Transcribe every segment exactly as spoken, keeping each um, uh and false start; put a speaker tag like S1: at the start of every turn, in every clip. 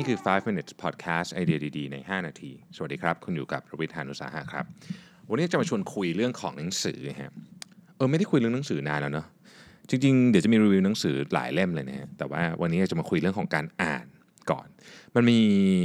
S1: คือ five minutes podcast ไอเดียดีๆในห้านาทีสวัสดีครับคุณอยู่กับรวิทย์ หาญอุตสาหะครับวันนี้จะมาชวนคุยเรื่องของหนังสือฮะเออไม่ได้คุยเรื่องหนังสือนานแล้วเนาะจริงๆเดี๋ยวจะมีรีวิวหนังสือหลายเล่มเลยนะฮะแต่ว่าวันนี้จะมาคุยเรื่องของการอ่านก่อนมันมี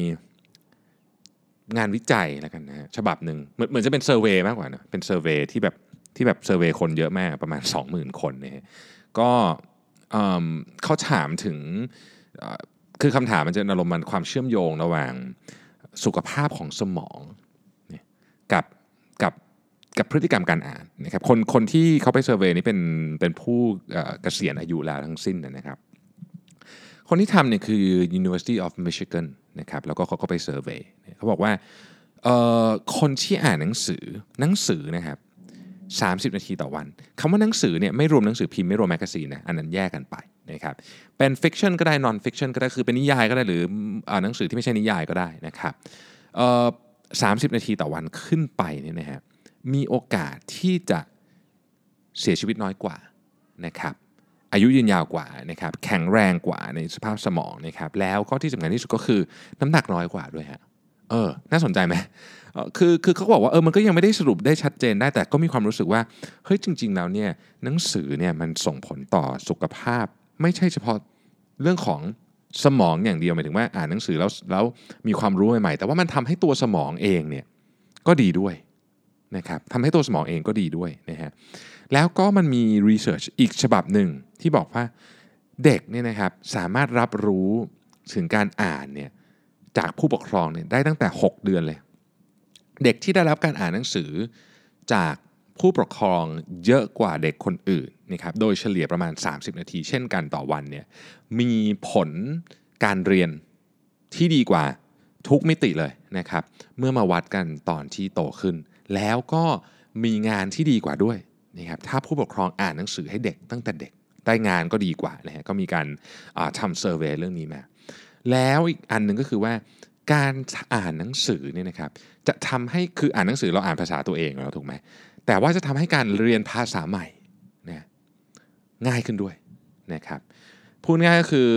S1: งานวิจัยแล้วกันนะฮะฉบับหนึ่งเหมือนเหมือนจะเป็นเซอร์เวย์มากกว่านะเป็นเซอร์เวย์ที่แบบที่แบบเซอร์เวย์คนเยอะมากประมาณ สองหมื่น คนนะฮะก็เขาถามถึงคือคำถามมันจะอารมณ์มันความเชื่อมโยงระหว่างสุขภาพของสมองกับกับกับพฤติกรรมการอ่านนะครับคนคนที่เขาไปเซอร์เวย์นี่เป็นเป็นผู้เกษียณอายุแล้วทั้งสิ้นนะครับคนที่ทำเนี่ยคือ University of Michigan นะครับแล้วก็เขาก็ไปเซอร์เวย์เขาบอกว่าคนที่อ่านหนังสือหนังสือนะครับสามสิบนาทีต่อวันคำว่าหนังสือเนี่ยไม่รวมหนังสือพิมพ์ไม่รวมแมกกาซีนนะอันนั้นแยกกันไปนะครับเป็นฟิกชันก็ได้นอนฟิกชันก็ได้คือเป็นนิยายก็ได้หรืออ่านหนังสือที่ไม่ใช่นิยายก็ได้นะครับสามสิบนาทีต่อวันขึ้นไปเนี่ยนะฮะมีโอกาสที่จะเสียชีวิตน้อยกว่านะครับอายุยืนยาวกว่านะครับแข็งแรงกว่าในสภาพสมองนะครับแล้วก็ที่สำคัญที่สุดก็คือน้ำหนักน้อยกว่าด้วยฮะเออน่าสนใจไหมคือคือเขาบอกว่าเออมันก็ยังไม่ได้สรุปได้ชัดเจนได้แต่ก็มีความรู้สึกว่าเฮ้ยจริงๆแล้วเนี่ยหนังสือเนี่ยมันส่งผลต่อสุขภาพไม่ใช่เฉพาะเรื่องของสมองอย่างเดียวหมายถึงว่าอ่านหนังสือแล้วแล้วมีความรู้ใหม่ๆแต่ว่ามันทำให้ตัวสมองเองเนี่ยก็ดีด้วยนะครับทำให้ตัวสมองเองก็ดีด้วยนะฮะแล้วก็มันมีรีเสิร์ชอีกฉบับหนึ่งที่บอกว่าเด็กเนี่ยนะครับสามารถรับรู้ถึงการอ่านเนี่ยจากผู้ปกครองเนี่ยได้ตั้งแต่หกเดือนเลยเด็กที่ได้รับการอ่านหนังสือจากผู้ปกครองเยอะกว่าเด็กคนอื่นนะครับโดยเฉลี่ยประมาณสามสิบนาทีเช่นกันต่อวันเนี่ยมีผลการเรียนที่ดีกว่าทุกมิติเลยนะครับเมื่อมาวัดกันตอนที่โตขึ้นแล้วก็มีงานที่ดีกว่าด้วยนะครับถ้าผู้ปกครองอ่านหนังสือให้เด็กตั้งแต่เด็กได้งานก็ดีกว่านะฮะก็มีการทำเซอร์เวย์เรื่องนี้มาแล้วอีกอันหนึ่งก็คือว่าการอ่านหนังสือเนี่ยนะครับจะทำให้คืออ่านหนังสือเราอ่านภาษาตัวเองเราถูกไหมแต่ว่าจะทำให้การเรียนภาษาใหม่นะง่ายขึ้นด้วยนะครับพูดง่ายก็คือ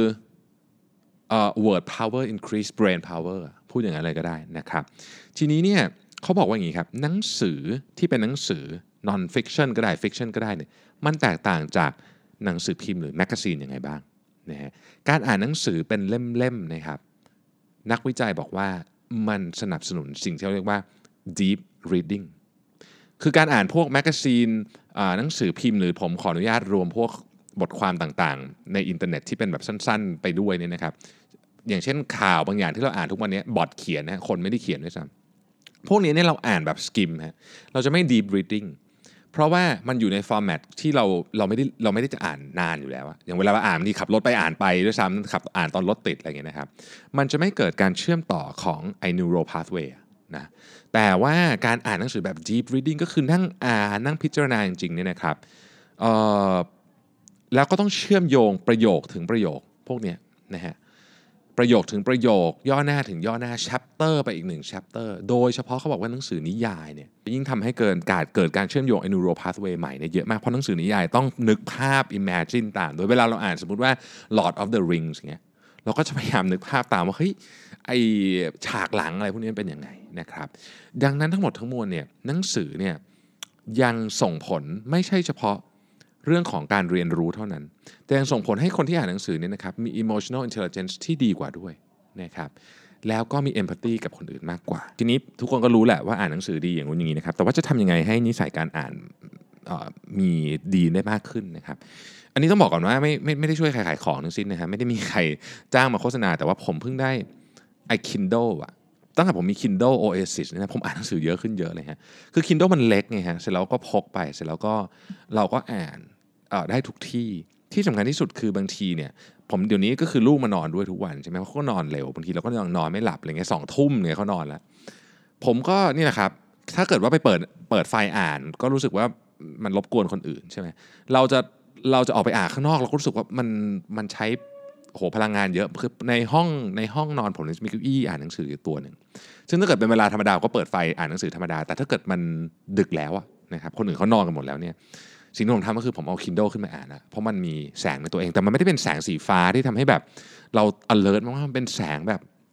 S1: uh, word power increase brain power พูดอย่างนั้นเลยก็ได้นะครับทีนี้เนี่ยเขาบอกว่าอย่างนี้ครับหนังสือที่เป็นหนังสือ non fiction ก็ได้ fiction ก็ได้เนี่ยมันแตกต่างจากหนังสือพิมพ์หรือแมกกาซีนยังไงบ้างนะฮะการอ่านหนังสือเป็นเล่มๆนะครับนักวิจัยบอกว่ามันสนับสนุนสิ่งที่เราเรียกว่า deep reading คือการอ่านพวกแมกกาซีนหนังสือพิมพ์หรือผมขออนุญาตรวมพวกบทความต่างๆในอินเทอร์เน็ตที่เป็นแบบสั้นๆไปด้วยเนี่ยนะครับอย่างเช่นข่าวบางอย่างที่เราอ่านทุกวันนี้บอทเขียนนะคนไม่ได้เขียนด้วยซ้ำพวกนี้เนี่ยเราอ่านแบบสกิมฮะเราจะไม่ deep reading เพราะว่ามันอยู่ในฟอร์แมตที่เราเราไม่ได้เราไม่ได้จะอ่านนานอยู่แล้วอย่างเวลาเราอ่านนี่ขับรถไปอ่านไปด้วยซ้ำขับอ่านตอนรถติดอะไรอย่างเงี้ยนะครับมันจะไม่เกิดการเชื่อมต่อของไอ้ neural pathway นะแต่ว่าการอ่านหนังสือแบบ deep reading ก็คือนั่งอ่านนั่งพิจารณาจริงๆเนี่ยนะครับเอ่อแล้วก็ต้องเชื่อมโยงประโยคถึงประโยคพวกเนี้ยนะฮะประโยคถึงประโยคย่อหน้าถึงย่อหน้า chapter ไปอีกหนึ่ง chapter โดยเฉพาะเขาบอกว่าหนังสือนิยายเนี่ยยิ่งทำให้เกิดการเกิดการเชื่อมโยง neural pathway ใหม่เนี่ยเยอะมากเพราะหนังสือนิยายต้องนึกภาพ imagine ตามโดยเวลาเราอ่านสมมุติว่า Lord of the Rings อย่างเงี้ยเราก็จะพยายามนึกภาพตามว่าเฮ้ยไอฉากหลังอะไรพวกนี้เป็นยังไงนะครับดังนั้นทั้งหมดทั้งมวลเนี่ยหนังสือเนี่ยยังส่งผลไม่ใช่เฉพาะเรื่องของการเรียนรู้เท่านั้นแต่ยังส่งผลให้คนที่อ่านหนังสือเนี่ยนะครับมี emotional intelligence ที่ดีกว่าด้วยนะครับแล้วก็มี empathy กับคนอื่นมากกว่าทีนี้ทุกคนก็รู้แหละว่าอ่านหนังสือดีอย่างนู้นอย่างนี้นะครับแต่ว่าจะทำยังไงให้นิสัยการอ่านมีดีได้มากขึ้นนะครับอันนี้ต้องบอกก่อนว่าไม่ไม่ไม่ได้ช่วยขายของทั้งสิ้นนะฮะไม่ได้มีใครจ้างมาโฆษณาแต่ว่าผมเพิ่งได้ไอ้ Kindle อะตั้งแต่ผมมี Kindle Oasis นะผมอ่านหนังสือเยอะขึ้นเยอะเลยฮะคือ Kindle มันเล็กไงฮะเสร็จแล้วก็พกไปเสร็จแล้วก็เราก็อ่านได้ทุกที่ที่สำคัญที่สุดคือบางทีเนี่ยผมเดี๋ยวนี้ก็คือลูกมานอนด้วยทุกวันใช่ไหมเขาก็นอนเร็วบางทีเราก็ยังนอนไม่หลับอะไรเงี้ยสองทุ่มเนี่ยเขานอนแล้วผมก็นี่แหละครับถ้าเกิดว่าไปเปิดเปิดไฟอ่านก็รู้สึกว่ามันรบกวนคนอื่นใช่ไหมเราจะเราจะออกไปอ่านข้างนอกเราก็รู้สึกว่ามันมันใช้โหพลังงานเยอะคือในห้องในห้องนอนผมจะมีเก้าอี้อ่านหนังสืออยู่ตัวหนึ่งซึ่งถ้าเกิดเป็นเวลาธรรมดาก็เปิดไฟอ่านหนังสือธรรมดาแต่ถ้าเกิดมันดึกแล้วนะครับคนอื่นเขานอนกันหมดแล้วเนี่ยสิ่งที่ผมทำก็คือผมเอา Kindle ขึ้นมาอ่านนะเพราะมันมีแสงในตัวเองแต่มันไม่ได้เป็นแสงสีฟ้าที่ทำให้แบบเรา alert มากๆมันเป็นแสงแบบ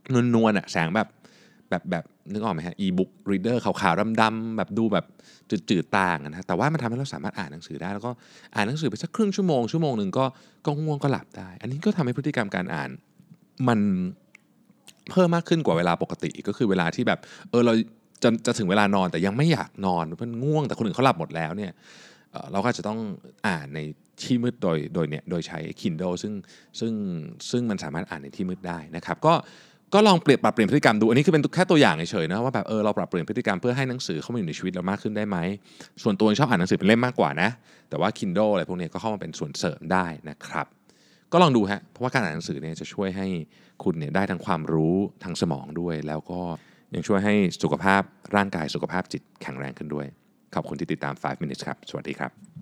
S1: นวลๆอะแสงแบบแบบแบบนึกออกไหมฮะอีบุ๊กรีดเดอร์ขาวๆดำๆแบบดูแบบจืดๆตานะฮะแต่ว่ามันทำให้เราสามารถอ่านหนังสือได้แล้วก็อ่านหนังสือไปสักครึ่งชั่วโมงชั่วโมงหนึ่งก็ก็ง่วงก็หลับได้อันนี้ก็ทำให้พฤติกรรมการอ่านมันเพิ่มมากขึ้นกว่าเวลาปกติก็คือเวลาที่แบบเออเราจะจะถึงเวลานอนแต่ยังไม่อยากนอนเพราะง่วงแต่คนอื่นเขาหลับหมดแล้วเนี่ยเราก็จะต้องอ่านในที่มืดโดยโดยเนี่ยโดยใช้ Kindle ซึ่งซึ่งซึ่งมันสามารถอ่านในที่มืดได้นะครับก็ก็ลองเปลี่ยนปรับเปลี่ยนพฤติกรรมดูอันนี้คือเป็นแค่ตัวอย่างเฉยๆนะว่าแบบเออเราปรับเปลี่ยนพฤติกรรมเพื่อให้หนังสือเข้ามาอยู่ในชีวิตเรามากขึ้นได้ไหมส่วนตัวชอบอ่านหนังสือเป็นเล่มมากกว่านะแต่ว่า Kindle อะไรพวกนี้ก็เข้ามาเป็นส่วนเสริมได้นะครับก็ลองดูฮะเพราะว่าการอ่านหนังสือเนี่ยจะช่วยให้คุณเนี่ยได้ทั้งความรู้ทางสมองด้วยแล้วก็ยังช่วยให้สุขภาพร่างกายสุขภาพจิตแข็งแรงขึ้นด้วยขอบคุณที่ติดตามไฟว์ minutes ครับสวัสดีครับ